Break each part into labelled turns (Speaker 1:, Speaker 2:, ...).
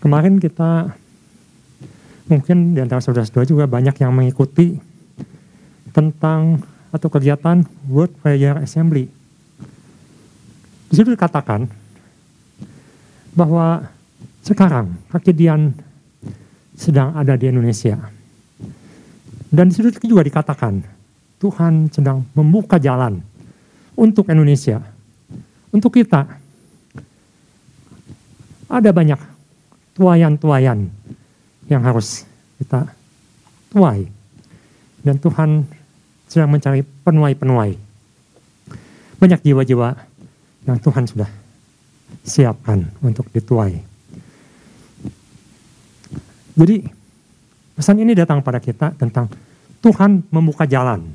Speaker 1: Kemarin kita, mungkin di antara saudara-saudara juga banyak yang mengikuti tentang atau kegiatan World Prayer Assembly. Di situ dikatakan bahwa sekarang kejadian sedang ada di Indonesia. Dan di situ juga dikatakan Tuhan sedang membuka jalan untuk Indonesia, untuk kita. Ada banyak tuaian-tuaian yang harus kita tuai. Dan Tuhan sedang mencari penuai-penuai. Banyak jiwa-jiwa yang Tuhan sudah siapkan untuk dituai. Jadi pesan ini datang pada kita tentang Tuhan membuka jalan.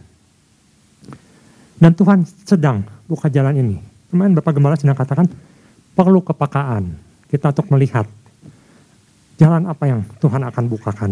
Speaker 1: Dan Tuhan sedang buka jalan ini. Kemarin Bapak Gembala sedang katakan perlu kepekaan kita untuk melihat jalan apa yang Tuhan akan bukakan.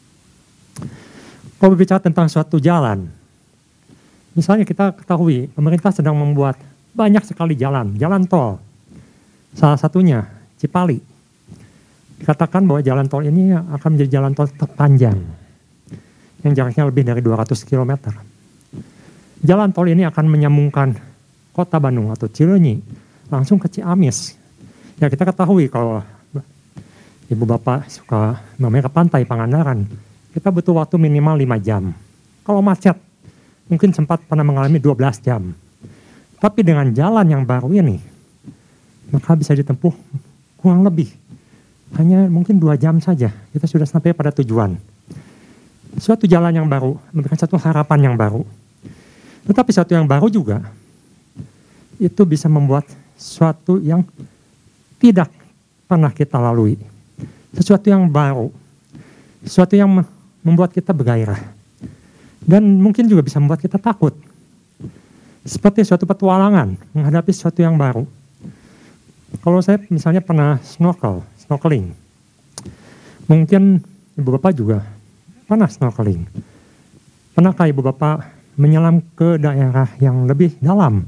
Speaker 1: Kalau berbicara tentang suatu jalan, misalnya kita ketahui pemerintah sedang membuat banyak sekali jalan tol. Salah satunya Cipali. Dikatakan bahwa jalan tol ini akan menjadi jalan tol terpanjang yang jaraknya lebih dari 200 km. Jalan tol ini akan menyambungkan kota Bandung atau Cileunyi langsung ke Ciamis. Ya kita ketahui kalau ibu bapak suka namanya ke pantai Pangandaran, kita butuh waktu minimal 5 jam. Kalau macet mungkin sempat pernah mengalami 12 jam. Tapi dengan jalan yang baru ini, maka bisa ditempuh kurang lebih hanya mungkin 2 jam saja, kita sudah sampai pada tujuan. Suatu jalan yang baru, memberikan satu harapan yang baru. Tetapi satu yang baru juga, itu bisa membuat sesuatu yang tidak pernah kita lalui. Sesuatu yang baru, sesuatu yang membuat kita bergairah. Dan mungkin juga bisa membuat kita takut. Seperti suatu petualangan, menghadapi sesuatu yang baru. Kalau saya misalnya pernah snorkeling. Mungkin ibu bapak juga pernah snorkeling. Pernahkah ibu bapak menyelam ke daerah yang lebih dalam,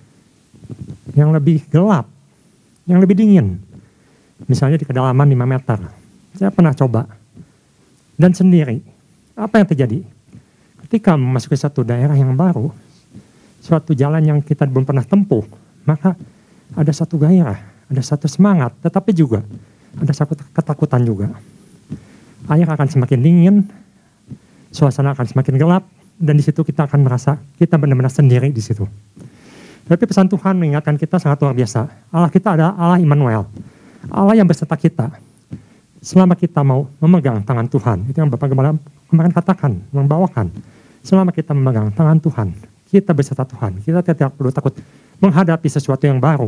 Speaker 1: yang lebih gelap, yang lebih dingin? Misalnya di kedalaman 5 meter. Saya pernah coba. Dan sendiri, apa yang terjadi? Ketika memasuki satu daerah yang baru, suatu jalan yang kita belum pernah tempuh, maka ada satu gairah, ada satu semangat, tetapi juga ada satu ketakutan juga. Air akan semakin dingin, suasana akan semakin gelap, dan di situ kita akan merasa kita benar-benar sendiri di situ. Tapi pesan Tuhan mengingatkan kita sangat luar biasa. Allah kita adalah Allah Immanuel, Allah yang beserta kita. Selama kita mau memegang tangan Tuhan, itu yang Bapak Gembala kemarin katakan, membawakan. Selama kita memegang tangan Tuhan, kita beserta Tuhan, kita tidak perlu takut menghadapi sesuatu yang baru.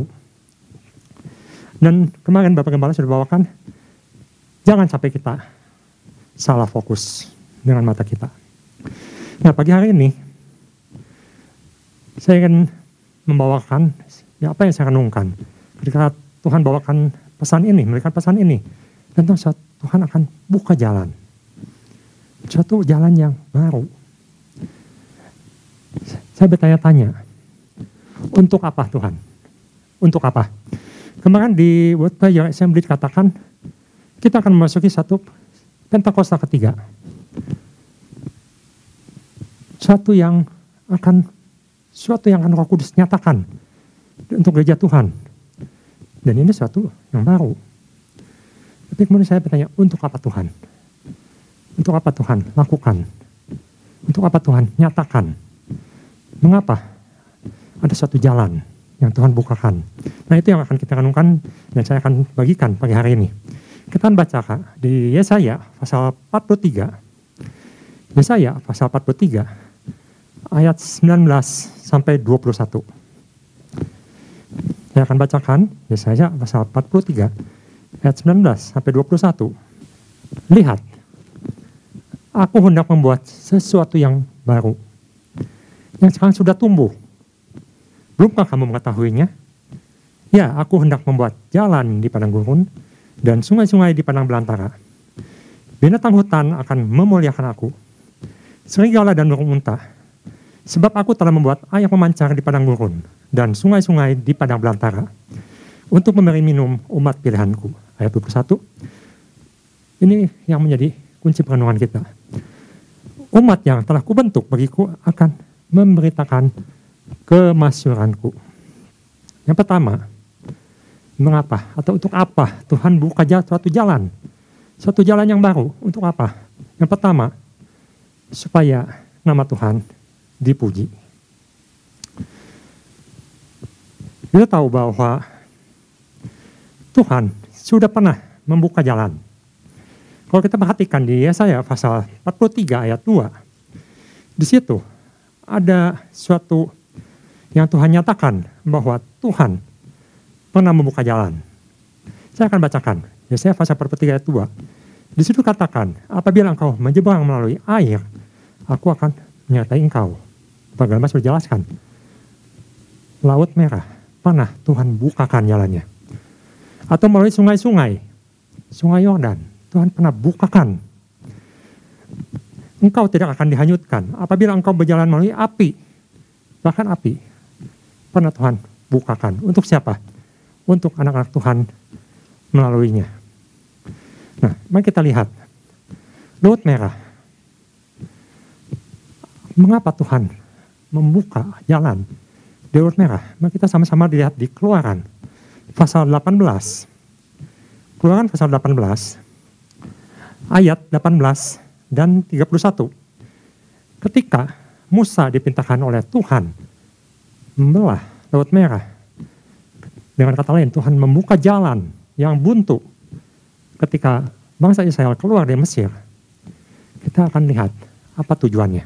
Speaker 1: Dan kemarin Bapak Gembala sudah bawakan, jangan sampai kita salah fokus dengan mata kita. Nah pagi hari ini, saya ingin membawakan ya apa yang saya renungkan. Ketika Tuhan bawakan pesan ini, memberikan pesan ini, tentang Tuhan akan buka jalan. Suatu jalan yang baru. Saya bertanya-tanya, untuk apa Tuhan? Untuk apa? Kemarin di World Prayer Assembly dikatakan, kita akan memasuki satu Pentakosta ketiga. Suatu yang akan Roh Kudus nyatakan untuk gereja Tuhan. Dan ini suatu yang baru. Tapi kemudian saya bertanya, untuk apa Tuhan? Untuk apa Tuhan lakukan? Untuk apa Tuhan nyatakan? Mengapa ada suatu jalan yang Tuhan bukakan? Nah itu yang akan kita renungkan dan saya akan bagikan pagi hari ini. Kita akan baca di Yesaya pasal 43. Yesaya pasal 43 ayat 19 sampai 21. Saya akan bacakan Yesaya pasal 43 ayat 19 sampai 21. Lihat, aku hendak membuat sesuatu yang baru, yang sekarang sudah tumbuh. Belumkah kamu mengetahuinya? Ya, aku hendak membuat jalan di padang gurun dan sungai-sungai di padang belantara. Binatang hutan akan memuliakan aku, serigala dan burung unta, sebab aku telah membuat air memancar di padang gurun dan sungai-sungai di padang belantara, untuk memberi minum umat pilihanku. Ayat 21, Ini yang menjadi kunci perenungan kita. Umat yang telah kubentuk bagiku akan memberitakan kemasyhuranku. Yang pertama, mengapa atau untuk apa Tuhan buka suatu jalan? Suatu jalan yang baru, untuk apa? Yang pertama, supaya nama Tuhan dipuji. Kita tahu bahwa Tuhan sudah pernah membuka jalan. Kalau kita perhatikan di Yesaya pasal 43 ayat 2, di situ ada suatu yang Tuhan nyatakan bahwa Tuhan pernah membuka jalan. Saya akan bacakan Yesaya pasal 43 ayat 2. Di situ katakan, apabila engkau menyeberang melalui air, aku akan menyertai engkau. Bagaimana sudah jelaskan. Laut Merah pernah Tuhan bukakan jalannya. Atau melalui sungai-sungai, Sungai Yordan, Tuhan pernah bukakan. Engkau tidak akan dihanyutkan apabila engkau berjalan melalui api. Bahkan api pernah Tuhan bukakan. Untuk siapa? Untuk anak-anak Tuhan melaluinya. Nah, mari kita lihat. Laut Merah. Mengapa Tuhan membuka jalan di Laut Merah? Mari kita sama-sama lihat di Keluaran pasal 18. Keluaran pasal 18 ayat 18 dan 31. Ketika Musa diperintahkan oleh Tuhan membelah Laut Merah, dengan kata lain Tuhan membuka jalan yang buntu ketika bangsa Israel keluar dari Mesir, kita akan lihat apa tujuannya.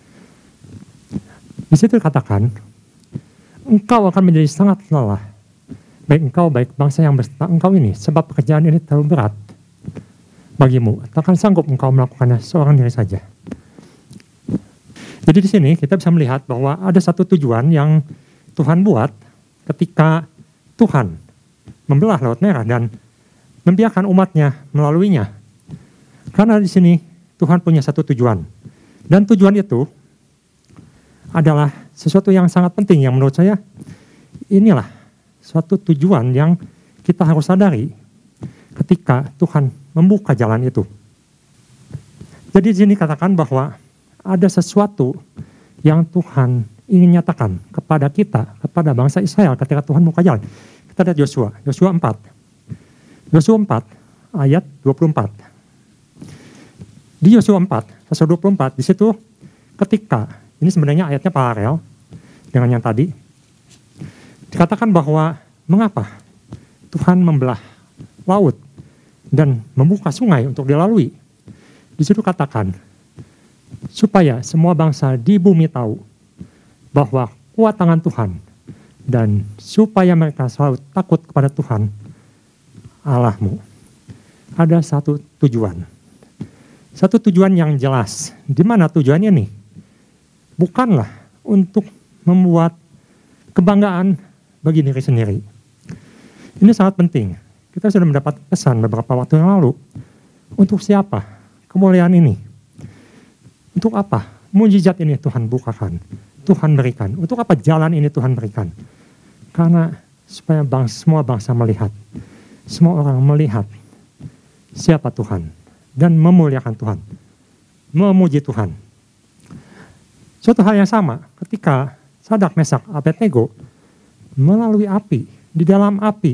Speaker 1: Di situ dikatakan, engkau akan menjadi sangat lelah, baik engkau, baik bangsa yang berserta engkau ini, sebab pekerjaan ini terlalu berat bagimu. Takkan sanggup engkau melakukannya seorang diri saja. Jadi di sini kita bisa melihat bahwa ada satu tujuan yang Tuhan buat ketika Tuhan membelah Laut Merah dan membiarkan umatnya melaluinya. Karena di sini Tuhan punya satu tujuan. Dan tujuan itu adalah sesuatu yang sangat penting yang menurut saya inilah suatu tujuan yang kita harus sadari ketika Tuhan membuka jalan itu. Jadi di sini katakan bahwa ada sesuatu yang Tuhan ingin nyatakan kepada kita, kepada bangsa Israel ketika Tuhan membuka jalan. Kita lihat Yosua 4. Yosua 4 ayat 24. Di Yosua 4 pasal 24 di situ ketika ini sebenarnya ayatnya paralel dengan yang tadi. Dikatakan bahwa mengapa Tuhan membelah laut dan membuka sungai untuk dilalui. Di situ katakan supaya semua bangsa di bumi tahu bahwa kuat tangan Tuhan dan supaya mereka selalu takut kepada Tuhan Allahmu. Ada satu tujuan. Satu tujuan yang jelas. Di mana tujuannya nih? Bukanlah untuk membuat kebanggaan bagi diri sendiri. Ini sangat penting. Kita sudah mendapat pesan beberapa waktu yang lalu. Untuk siapa kemuliaan ini? Untuk apa? Mujizat ini Tuhan bukakan. Tuhan berikan. Untuk apa jalan ini Tuhan berikan? Karena supaya semua bangsa melihat. Semua orang melihat siapa Tuhan dan memuliakan Tuhan, memuji Tuhan. Suatu hal yang sama ketika Sadrak, Mesak, Abednego melalui api, di dalam api.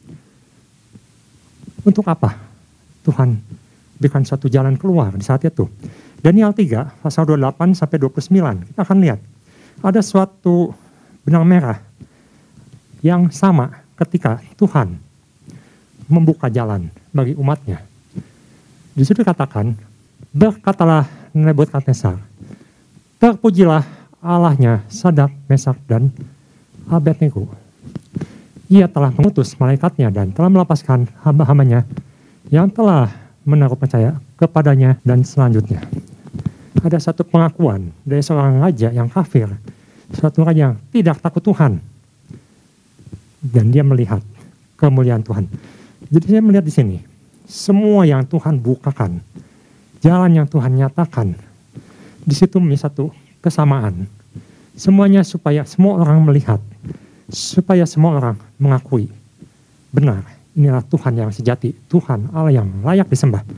Speaker 1: Untuk apa? Tuhan berikan satu jalan keluar di saat itu. Daniel 3 pasal 28 sampai 29 kita akan lihat ada suatu benang merah yang sama ketika Tuhan membuka jalan bagi umatnya. Di situ dikatakan, berkatalah Nebukadnezar, terpujilah Allahnya Sadrak, Mesak, dan Abednego. Ia telah mengutus malaikatnya dan telah melepaskan hamba-hambanya yang telah menaruh percaya kepadanya. Dan selanjutnya ada satu pengakuan dari seorang raja yang kafir, suatu raja yang tidak takut Tuhan, dan dia melihat kemuliaan Tuhan. Jadi saya melihat di sini, semua yang Tuhan bukakan, jalan yang Tuhan nyatakan, di situ menjadi satu kesamaan. Semuanya supaya semua orang melihat, supaya semua orang mengakui, benar, inilah Tuhan yang sejati, Tuhan Allah yang layak disembah.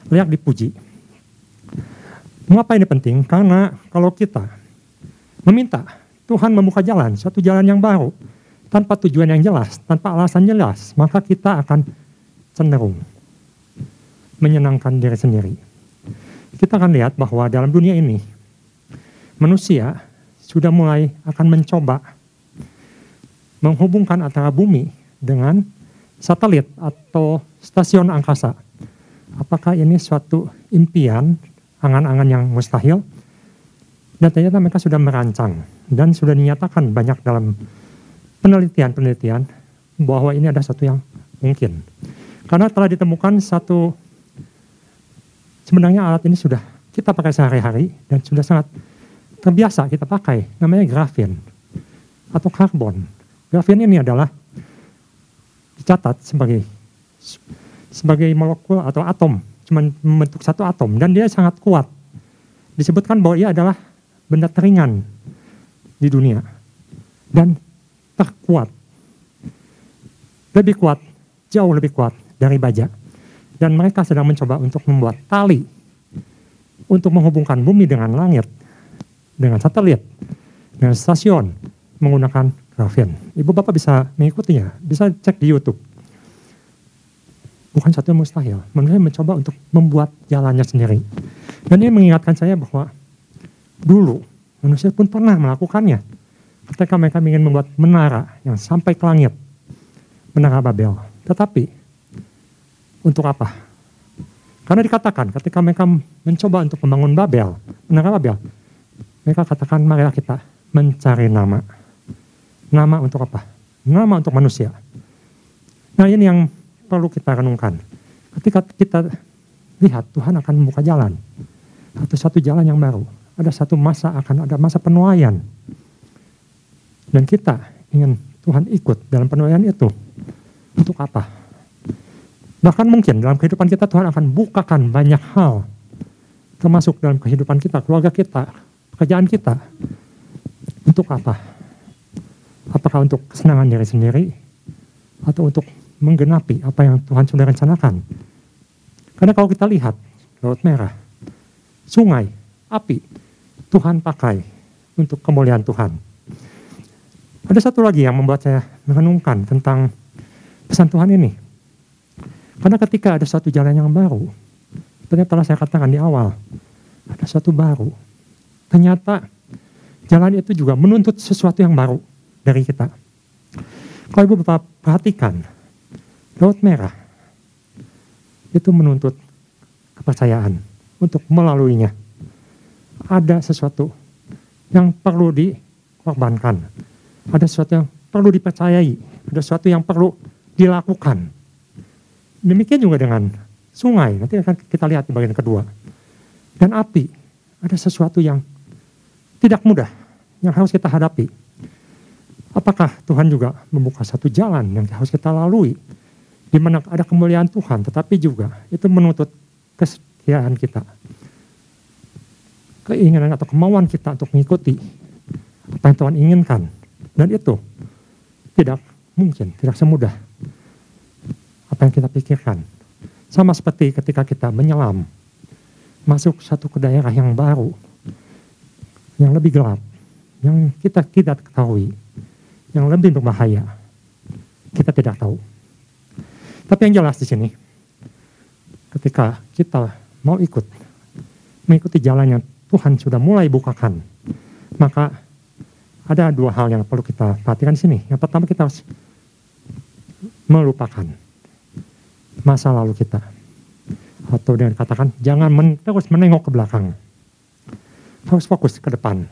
Speaker 1: layak dipuji. Mengapa ini penting? Karena kalau kita meminta Tuhan membuka jalan, satu jalan yang baru, tanpa tujuan yang jelas, tanpa alasan jelas, maka kita akan cenderung menyenangkan diri sendiri. Kita akan lihat bahwa dalam dunia ini, manusia sudah mulai akan mencoba menghubungkan antara bumi dengan satelit atau stasiun angkasa. Apakah ini suatu impian, angan-angan yang mustahil? Dan ternyata mereka sudah merancang dan sudah dinyatakan banyak dalam penelitian-penelitian bahwa ini ada satu yang mungkin. Karena telah ditemukan satu, sebenarnya alat ini sudah kita pakai sehari-hari dan sudah sangat terbiasa kita pakai, namanya grafin atau karbon. Grafin ini adalah dicatat sebagai molekul atau atom, cuma membentuk satu atom, dan dia sangat kuat. Disebutkan bahwa ia adalah benda teringan di dunia dan terkuat, lebih kuat, jauh lebih kuat dari baja. Dan mereka sedang mencoba untuk membuat tali untuk menghubungkan bumi dengan langit, dengan satelit, dengan stasiun menggunakan grafin. Ibu bapak bisa mengikutinya, bisa cek di YouTube. Bukan satu yang mustahil, manusia mencoba untuk membuat jalannya sendiri. Dan ini mengingatkan saya bahwa dulu manusia pun pernah melakukannya. Ketika mereka ingin membuat menara yang sampai ke langit, menara Babel. Tetapi untuk apa? Karena dikatakan ketika mereka mencoba untuk membangun Babel, menara Babel, mereka katakan marilah kita mencari nama. Nama untuk apa? Nama untuk manusia. Nah ini yang perlu kita renungkan. Ketika kita lihat Tuhan akan membuka jalan, atau satu jalan yang baru, ada satu masa akan ada masa penuaian. Dan kita ingin Tuhan ikut dalam penuaian itu. Untuk apa? Bahkan mungkin dalam kehidupan kita Tuhan akan bukakan banyak hal. Termasuk dalam kehidupan kita, keluarga kita, pekerjaan kita. Untuk apa? Apakah untuk kesenangan diri sendiri? Atau untuk menggenapi apa yang Tuhan sudah rencanakan? Karena kalau kita lihat Laut Merah, sungai, api, Tuhan pakai untuk kemuliaan Tuhan. Ada satu lagi yang membuat saya merenungkan tentang pesan Tuhan ini. Karena ketika ada satu jalan yang baru, seperti telah saya katakan di awal, ada satu baru. Ternyata jalan itu juga menuntut sesuatu yang baru dari kita. Kalau ibu bapak perhatikan, Laut Merah itu menuntut kepercayaan untuk melaluinya. Ada sesuatu yang perlu dikorbankan. Ada sesuatu yang perlu dipercayai. Ada sesuatu yang perlu dilakukan. Demikian juga dengan sungai. Nanti akan kita lihat di bagian kedua. Dan api. Ada sesuatu yang tidak mudah. Yang harus kita hadapi. Apakah Tuhan juga membuka satu jalan yang harus kita lalui. Di mana ada kemuliaan Tuhan. Tetapi juga itu menuntut kesetiaan kita. Keinginan atau kemauan kita untuk mengikuti apa yang Tuhan inginkan. Dan itu tidak mungkin, tidak semudah apa yang kita pikirkan. Sama seperti ketika kita menyelam, masuk satu ke daerah yang baru, yang lebih gelap, yang kita tidak ketahui, yang lebih berbahaya. Kita tidak tahu. Tapi yang jelas di sini, ketika kita mau mengikuti jalan yang Tuhan sudah mulai bukakan, maka ada dua hal yang perlu kita perhatikan di sini. Yang pertama, kita harus melupakan masa lalu kita. Atau dengan katakan, jangan terus menengok ke belakang. Harus fokus ke depan.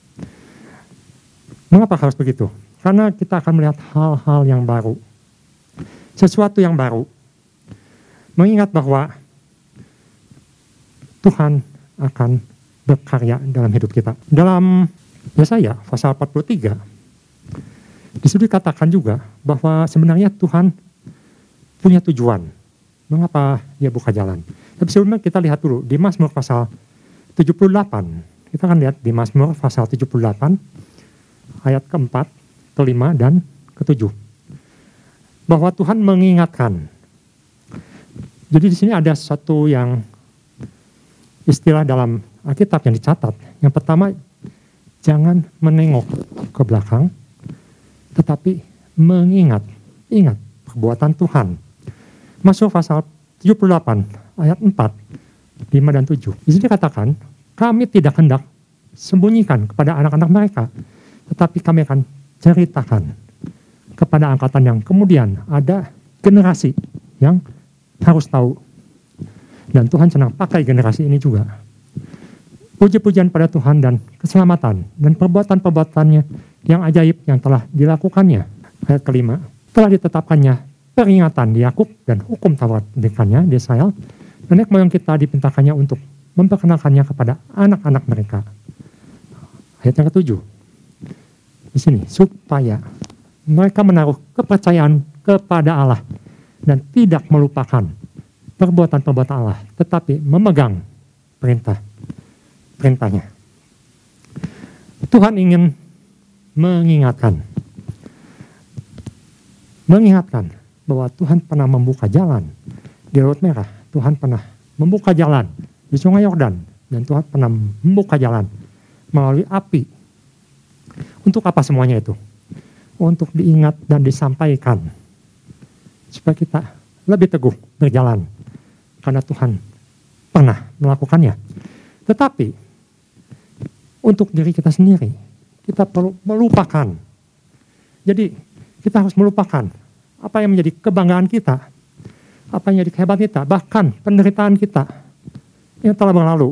Speaker 1: Mengapa harus begitu? Karena kita akan melihat hal-hal yang baru. Sesuatu yang baru. Mengingat bahwa Tuhan akan berkarya dalam hidup kita. Dalam Yesaya pasal 43, disitu dikatakan juga bahwa sebenarnya Tuhan punya tujuan. Mengapa dia buka jalan? Tapi sebelumnya kita lihat dulu di Mazmur pasal 78. Kita akan lihat di Mazmur pasal 78 ayat keempat, kelima, dan ketujuh. Bahwa Tuhan mengingatkan. Jadi di sini ada sesuatu yang istilah dalam Alkitab yang dicatat. Yang pertama, jangan menengok ke belakang, tetapi ingat perbuatan Tuhan. Masuk pasal 78 ayat 4, 5 dan 7. Di sini dikatakan, kami tidak hendak sembunyikan kepada anak-anak mereka, tetapi kami akan ceritakan kepada angkatan yang kemudian. Ada generasi yang harus tahu. Dan Tuhan senang pakai generasi ini juga. Puji-pujian pada Tuhan dan keselamatan dan perbuatan-perbuatannya yang ajaib yang telah dilakukannya. Ayat kelima, telah ditetapkannya peringatan di Yakub dan hukum Taurat diberikannya di Israel. Nenek moyang kita dipintakannya untuk memperkenalkannya kepada anak-anak mereka. Ayat yang ketujuh, di sini, supaya mereka menaruh kepercayaan kepada Allah dan tidak melupakan perbuatan-perbuatan Allah, tetapi memegang perintahnya. Tuhan ingin mengingatkan bahwa Tuhan pernah membuka jalan di Laut Merah. Tuhan pernah membuka jalan di Sungai Yordan, dan Tuhan pernah membuka jalan melalui api. Untuk apa semuanya itu? Untuk diingat dan disampaikan supaya kita lebih teguh berjalan, karena Tuhan pernah melakukannya. Tetapi untuk diri kita sendiri, kita perlu melupakan. Jadi kita harus melupakan apa yang menjadi kebanggaan kita, apa yang menjadi kehebatan kita, bahkan penderitaan kita yang telah berlalu.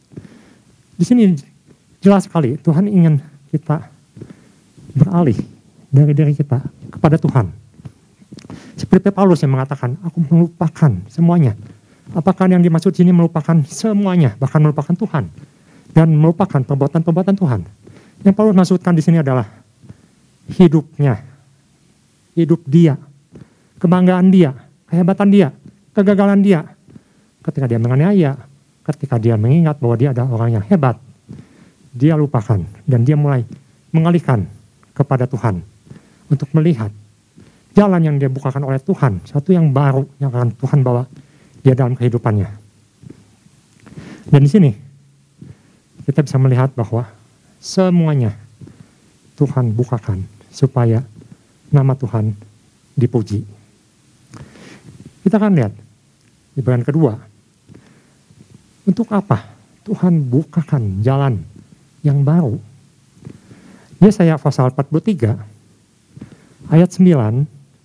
Speaker 1: Di sini jelas sekali Tuhan ingin kita beralih dari diri kita kepada Tuhan. Seperti Paulus yang mengatakan, aku melupakan semuanya. Apakah yang dimaksud sini melupakan semuanya, bahkan melupakan Tuhan dan melupakan perbuatan-perbuatan Tuhan? Yang Paulus maksudkan di sini adalah hidupnya, hidup dia, kebanggaan dia, kehebatan dia, kegagalan dia. Ketika dia menganiaya, ketika dia mengingat bahwa dia adalah orang yang hebat, dia lupakan dan dia mulai mengalihkan kepada Tuhan untuk melihat jalan yang dia bukakan oleh Tuhan, satu yang baru yang akan Tuhan bawa dia dalam kehidupannya. Dan di sini kita bisa melihat bahwa semuanya Tuhan bukakan supaya nama Tuhan dipuji. Kita akan lihat di bagian kedua, untuk apa Tuhan bukakan jalan yang baru. Yesaya pasal 43 ayat 9, 10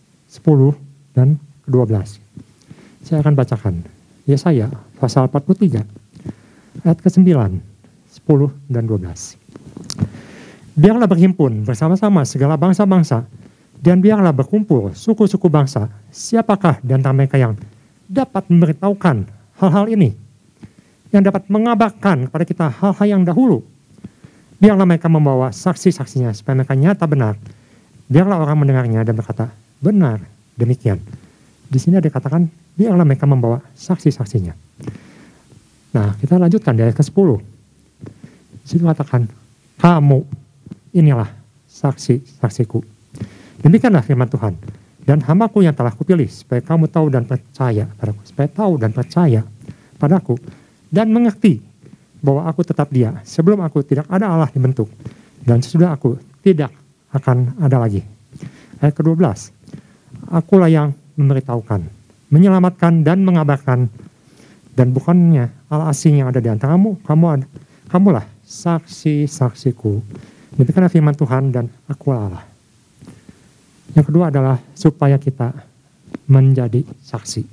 Speaker 1: dan 12. Saya akan bacakan. Yesaya pasal 43 ayat ke-9, 10 dan 12. Biarlah berhimpun bersama-sama segala bangsa-bangsa, dan biarlah berkumpul suku-suku bangsa. Siapakah di antara mereka yang dapat memberitahukan hal-hal ini, yang dapat mengabarkan kepada kita hal-hal yang dahulu? Biarlah mereka membawa saksi-saksinya supaya mereka nyata benar. Biarlah orang mendengarnya dan berkata, benar demikian. Di sini ada dikatakan, biarlah mereka membawa saksi-saksinya. Nah, kita lanjutkan dari ayat ke-10. Di sini katakan, kamu inilah saksi-saksiku. Demikianlah firman Tuhan. Dan hamba-Ku yang telah Kupilih, supaya kamu tahu dan percaya padaku. Supaya tahu dan percaya padaku. Dan mengerti bahwa Aku tetap Dia. Sebelum Aku tidak ada Allah dibentuk. Dan sesudah Aku tidak akan ada lagi. Ayat ke-12. Akulah yang memberitahukan, menyelamatkan dan mengabarkan. Dan bukannya Allah asing yang ada di antaramu. Kamulah saksi-saksiku. Demikianlah firman Tuhan, dan Akulah Allah. Yang kedua adalah supaya kita menjadi saksi.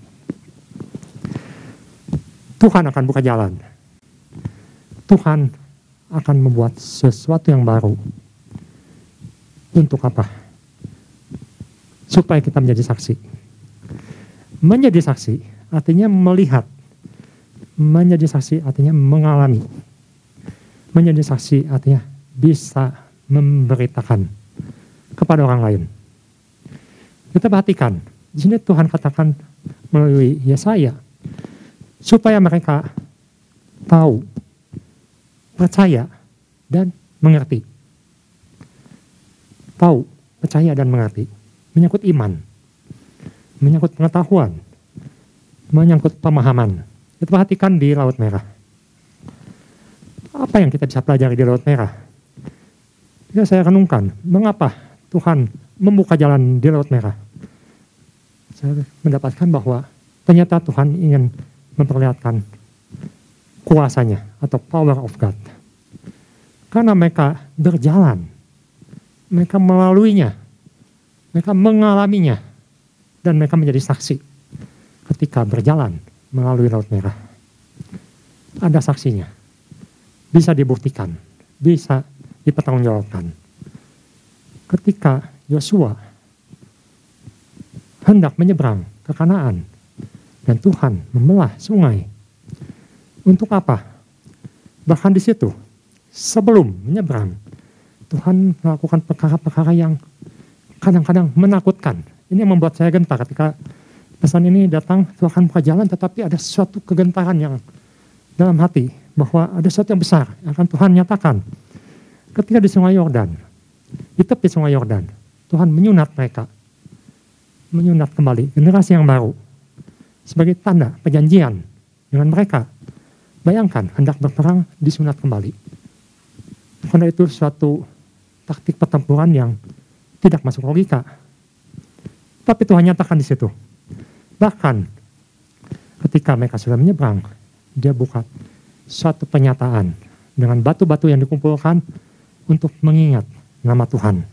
Speaker 1: Tuhan akan buka jalan. Tuhan akan membuat sesuatu yang baru. Untuk apa? Supaya kita menjadi saksi. Menjadi saksi artinya melihat. Menjadi saksi artinya mengalami. Menjadi saksi artinya bisa memberitakan kepada orang lain. Kita perhatikan, di sini Tuhan katakan melalui Yesaya, supaya mereka tahu, percaya, dan mengerti. Tahu, percaya, dan mengerti. Menyangkut iman, menyangkut pengetahuan, menyangkut pemahaman. Kita perhatikan di Laut Merah. Apa yang kita bisa pelajari di Laut Merah? Jika saya renungkan, mengapa Tuhan membuka jalan di Laut Merah? Saya mendapatkan bahwa ternyata Tuhan ingin memperlihatkan kuasanya atau power of God. Karena mereka berjalan, mereka melaluinya, mereka mengalaminya, dan mereka menjadi saksi ketika berjalan melalui Laut Merah. Ada saksinya, bisa dibuktikan, bisa dipertanggungjawabkan. Ketika Yosua hendak menyeberang ke Kanaan dan Tuhan membelah sungai, untuk apa? Bahkan di situ, sebelum menyeberang, Tuhan melakukan perkara-perkara yang kadang-kadang menakutkan. Ini yang membuat saya gentar ketika pesan ini datang, Tuhan buka jalan, tetapi ada suatu kegentaran yang dalam hati, bahwa ada sesuatu yang besar yang akan Tuhan nyatakan. Ketika di Sungai Yordan, di tepi Sungai Yordan, Tuhan menyunat mereka, menyunat kembali generasi yang baru sebagai tanda perjanjian dengan mereka. Bayangkan hendak berperang disunat kembali. Karena itu suatu taktik pertempuran yang tidak masuk logika. Tapi Tuhan nyatakan di situ. Bahkan ketika mereka sudah menyeberang, dia buka suatu pernyataan dengan batu-batu yang dikumpulkan untuk mengingat nama Tuhan.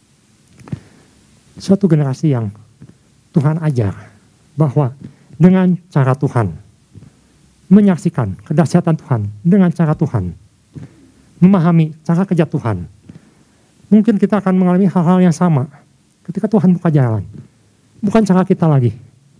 Speaker 1: Suatu generasi yang Tuhan ajar bahwa dengan cara Tuhan, menyaksikan kedahsyatan Tuhan dengan cara Tuhan, memahami cara kerja Tuhan. Mungkin kita akan mengalami hal-hal yang sama ketika Tuhan buka jalan. Bukan cara kita lagi.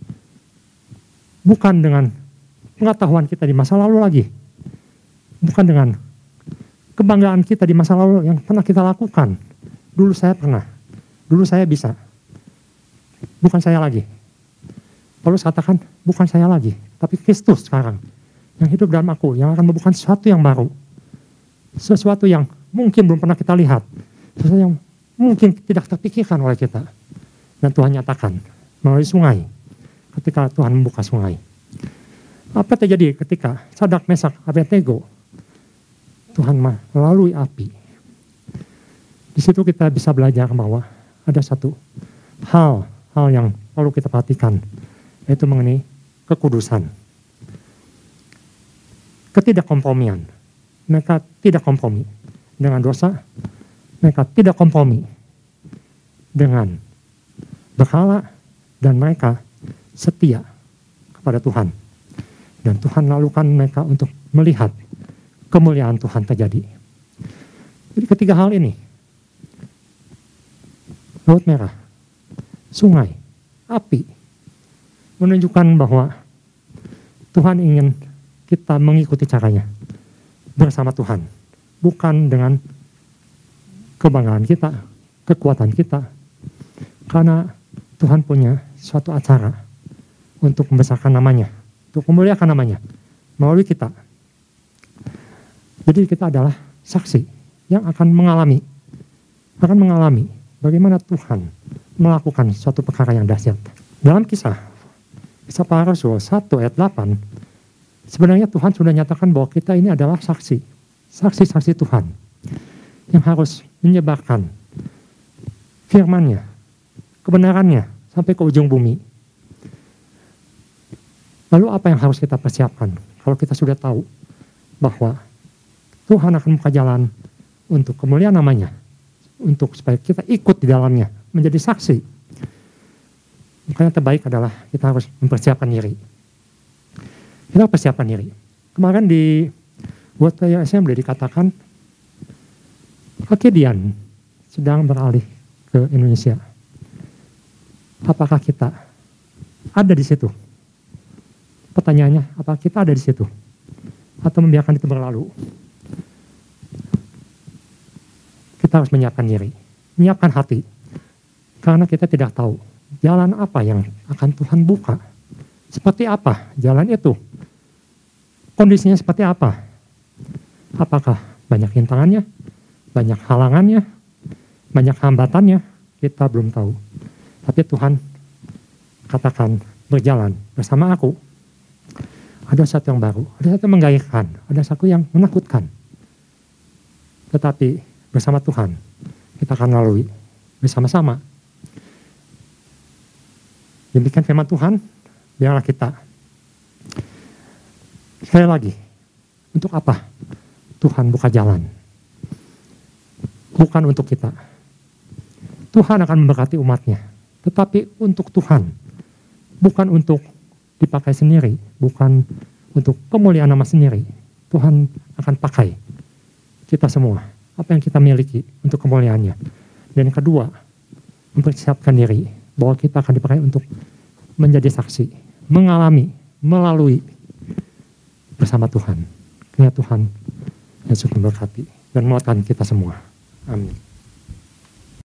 Speaker 1: Bukan dengan pengetahuan kita di masa lalu lagi. Bukan dengan kebanggaan kita di masa lalu yang pernah kita lakukan. Dulu saya pernah. Dulu saya bisa. Bukan saya lagi. Paulus katakan, bukan saya lagi. Tapi Kristus sekarang. Yang hidup dalam aku. Yang akan membuka sesuatu yang baru. Sesuatu yang mungkin belum pernah kita lihat. Sesuatu yang mungkin tidak terpikirkan oleh kita. Dan Tuhan nyatakan melalui sungai. Ketika Tuhan membuka sungai. Apa terjadi ketika Sadrak, Mesak, Abednego Tuhan melalui api. Di situ kita bisa belajar bahwa ada satu hal yang perlu kita perhatikan, yaitu mengenai kekudusan. Ketidakkompromian. Mereka tidak kompromi dengan dosa, mereka tidak kompromi dengan berhala, dan mereka setia kepada Tuhan. Dan Tuhan lalukan mereka untuk melihat kemuliaan Tuhan terjadi. Jadi ketiga hal ini, Laut Merah, sungai, api, menunjukkan bahwa Tuhan ingin kita mengikuti caranya bersama Tuhan. Bukan dengan kebanggaan kita, kekuatan kita. Karena Tuhan punya suatu acara untuk membesarkan namanya, untuk memuliakan namanya melalui kita. Jadi kita adalah saksi yang akan mengalami bagaimana Tuhan melakukan suatu perkara yang dahsyat. Dalam kisah para Rasul 1 ayat 8, sebenarnya Tuhan sudah nyatakan bahwa kita ini adalah saksi Tuhan yang harus menyebarkan firman-Nya, kebenarannya sampai ke ujung bumi. Lalu apa yang harus kita persiapkan kalau kita sudah tahu bahwa Tuhan akan membuka jalan untuk kemuliaan namanya, untuk supaya kita ikut di dalamnya, menjadi saksi. Makanya terbaik adalah kita harus mempersiapkan diri. Kita persiapkan diri. Kemarin di World Prayer Assembly dikatakan Akedian sedang beralih ke Indonesia. Apakah kita ada di situ? Pertanyaannya, apakah kita ada di situ? Atau membiarkan itu berlalu? Kita harus menyiapkan diri, menyiapkan hati. Karena kita tidak tahu jalan apa yang akan Tuhan buka. Seperti apa jalan itu? Kondisinya seperti apa? Apakah banyak rintangannya, banyak halangannya, banyak hambatannya? Kita belum tahu. Tapi Tuhan katakan berjalan bersama aku. Ada sesuatu yang baru, ada sesuatu yang menggairahkan, ada sesuatu yang menakutkan. tetapi bersama Tuhan kita akan lalui bersama-sama. Demikian firman Tuhan, biarlah kita. Sekali lagi, untuk apa Tuhan buka jalan? Bukan untuk kita. Tuhan akan memberkati umatnya, tetapi untuk Tuhan. Bukan untuk dipakai sendiri, bukan untuk kemuliaan nama sendiri. Tuhan akan pakai kita semua, apa yang kita miliki untuk kemuliaannya. Dan yang kedua, mempersiapkan diri bahwa kita akan dipakai untuk menjadi saksi, mengalami, melalui bersama Tuhan. Kiranya Tuhan Yesus memberkati dan menguatkan kita semua. Amin.